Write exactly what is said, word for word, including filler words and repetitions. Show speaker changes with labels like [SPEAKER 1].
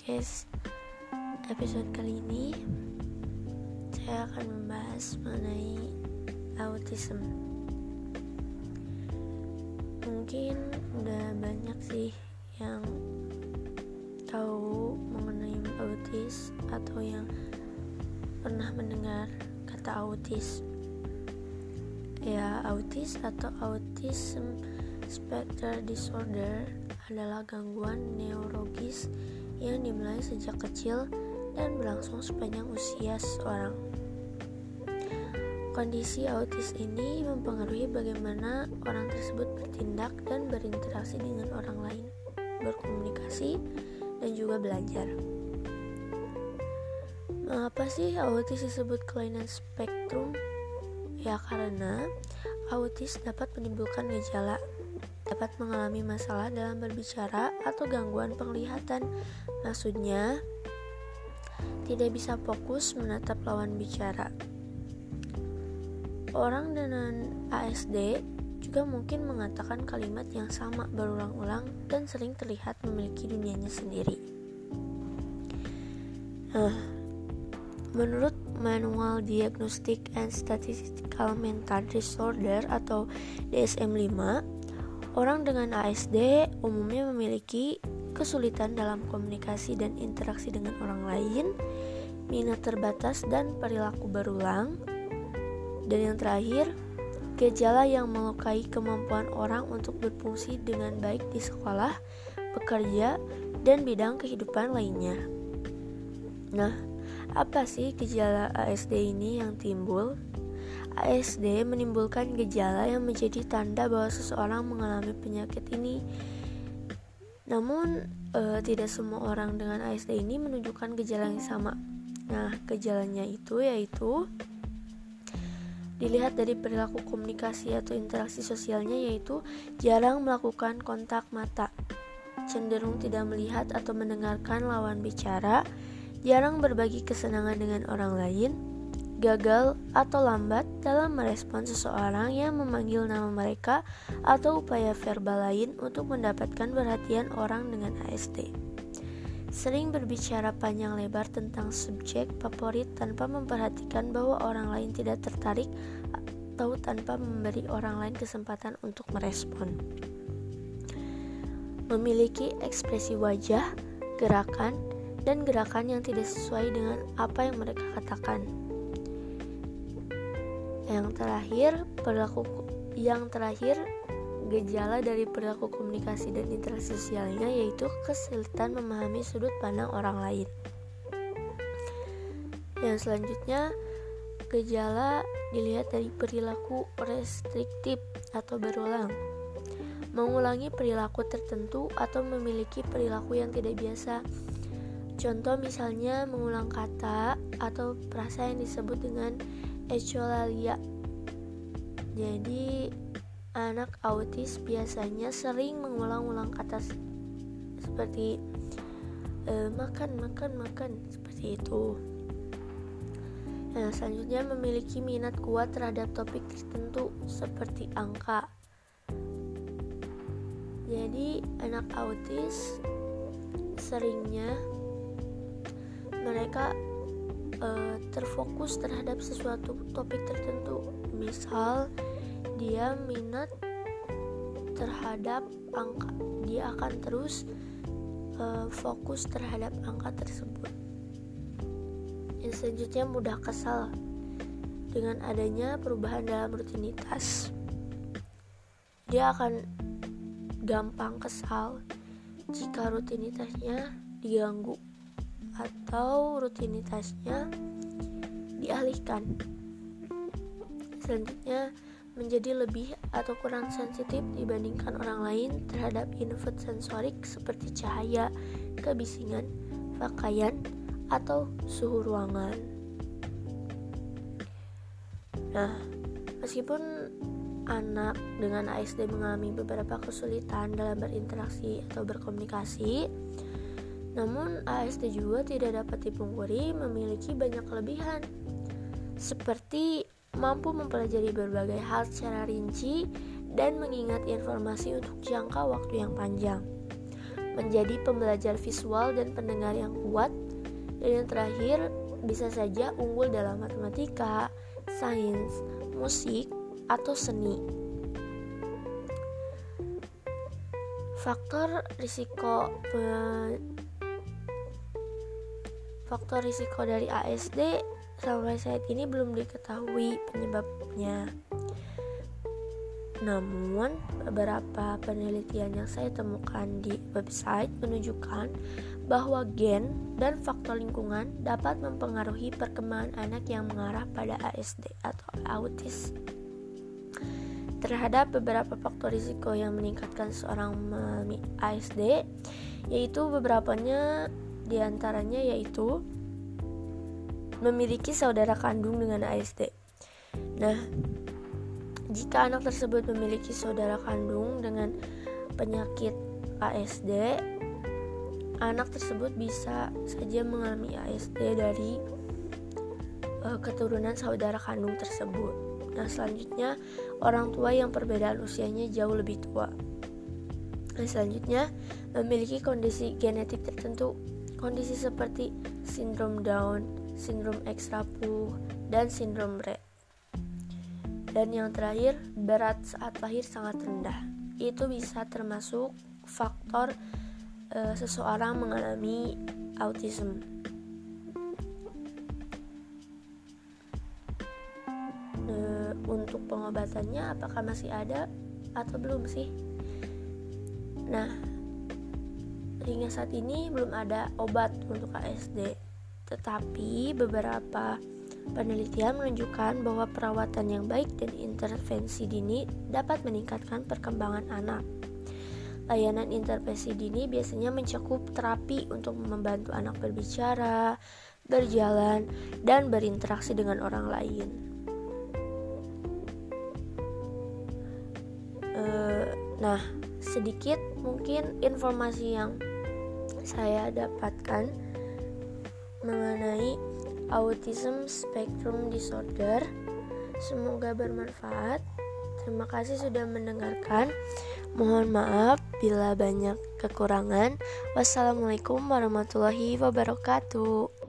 [SPEAKER 1] podcast episode kali ini saya akan membahas mengenai autism. Mungkin udah banyak sih yang tahu mengenai autis atau yang pernah mendengar kata autis. Ya, autis atau autism spectrum disorder adalah gangguan neurologis yang dimulai sejak kecil dan berlangsung sepanjang usia seseorang. Kondisi autis ini mempengaruhi bagaimana orang tersebut bertindak dan berinteraksi dengan orang lain, berkomunikasi, dan juga belajar. Mengapa sih autis disebut kelainan spektrum? Ya, karena autis dapat menimbulkan gejala, dapat mengalami masalah dalam berbicara atau gangguan penglihatan. Maksudnya, tidak bisa fokus menatap lawan bicara. Orang dengan A S D juga mungkin mengatakan kalimat yang sama berulang-ulang dan sering terlihat memiliki dunianya sendiri. Nah, menurut Manual Diagnostic and Statistical Mental Disorder atau D S M lima, orang dengan A S D umumnya memiliki kesulitan dalam komunikasi dan interaksi dengan orang lain, minat terbatas dan perilaku berulang. Dan yang terakhir, gejala yang melukai kemampuan orang untuk berfungsi dengan baik di sekolah, bekerja, dan bidang kehidupan lainnya. Nah, apa sih gejala A S D ini yang timbul? A S D menimbulkan gejala yang menjadi tanda bahwa seseorang mengalami penyakit ini. Namun, e, tidak semua orang dengan A S D ini menunjukkan gejala yang sama. Nah, gejalanya itu yaitu dilihat dari perilaku komunikasi atau interaksi sosialnya, yaitu jarang melakukan kontak mata, cenderung tidak melihat atau mendengarkan lawan bicara, jarang berbagi kesenangan dengan orang lain, gagal atau lambat dalam merespon seseorang yang memanggil nama mereka atau upaya verbal lain untuk mendapatkan perhatian orang dengan A S D. Sering berbicara panjang lebar tentang subjek favorit tanpa memperhatikan bahwa orang lain tidak tertarik atau tanpa memberi orang lain kesempatan untuk merespon. Memiliki ekspresi wajah, gerakan, dan gerakan yang tidak sesuai dengan apa yang mereka katakan. Yang terakhir, perilaku yang terakhir gejala dari perilaku komunikasi dan interaksi sosialnya yaitu kesulitan memahami sudut pandang orang lain. Yang selanjutnya, gejala dilihat dari perilaku restriktif atau berulang, mengulangi perilaku tertentu atau memiliki perilaku yang tidak biasa. Contoh misalnya mengulang kata atau frasa yang disebut dengan echolalia. Jadi anak autis biasanya sering mengulang-ulang kata seperti e, makan, makan, makan, seperti itu. Nah, selanjutnya memiliki minat kuat terhadap topik tertentu seperti angka. Jadi anak autis seringnya mereka e, terfokus terhadap sesuatu topik tertentu. Misal dia minat terhadap angka, dia akan terus e, fokus terhadap angka tersebut. Yang selanjutnya mudah kesal dengan adanya perubahan dalam rutinitas. Dia akan gampang kesal jika rutinitasnya diganggu atau rutinitasnya dialihkan. Selanjutnya, menjadi lebih atau kurang sensitif dibandingkan orang lain terhadap input sensorik seperti cahaya, kebisingan, pakaian, atau suhu ruangan. Nah, meskipun anak dengan A S D mengalami beberapa kesulitan dalam berinteraksi atau berkomunikasi, namun A S D juga tidak dapat dipungkiri memiliki banyak kelebihan, seperti mampu mempelajari berbagai hal secara rinci dan mengingat informasi untuk jangka waktu yang panjang, menjadi pembelajar visual dan pendengar yang kuat. Dan yang terakhir, bisa saja unggul dalam matematika, sains, musik, atau seni. Faktor risiko pe- faktor risiko dari A S D sampai saat ini belum diketahui penyebabnya. Namun, beberapa penelitian yang saya temukan di website menunjukkan bahwa gen dan faktor lingkungan dapat mempengaruhi perkembangan anak yang mengarah pada A S D atau autis. Terhadap beberapa faktor risiko yang meningkatkan seorang A S D, yaitu beberapanya diantaranya yaitu memiliki saudara kandung dengan A S D. Nah, jika anak tersebut memiliki saudara kandung dengan penyakit A S D, anak tersebut bisa saja mengalami A S D dari uh, keturunan saudara kandung tersebut. Nah, selanjutnya orang tua yang perbedaan usianya jauh lebih tua. Nah, selanjutnya memiliki kondisi genetik tertentu, kondisi seperti sindrom Down, sindrom X-rapuh, dan sindrom Rett. Dan yang terakhir, berat saat lahir sangat rendah. Itu bisa termasuk faktor e, seseorang mengalami autism. E, untuk pengobatannya apakah masih ada atau belum sih? Nah, hingga saat ini belum ada obat untuk A S D. Tetapi beberapa penelitian menunjukkan bahwa perawatan yang baik dan intervensi dini dapat meningkatkan perkembangan anak. Layanan intervensi dini biasanya mencakup terapi untuk membantu anak berbicara, berjalan, dan berinteraksi dengan orang lain. E, nah, sedikit mungkin informasi yang saya dapatkan mengenai Autism Spectrum Disorder. Semoga bermanfaat. Terima kasih sudah mendengarkan. Mohon maaf bila banyak kekurangan. Wassalamualaikum warahmatullahi wabarakatuh.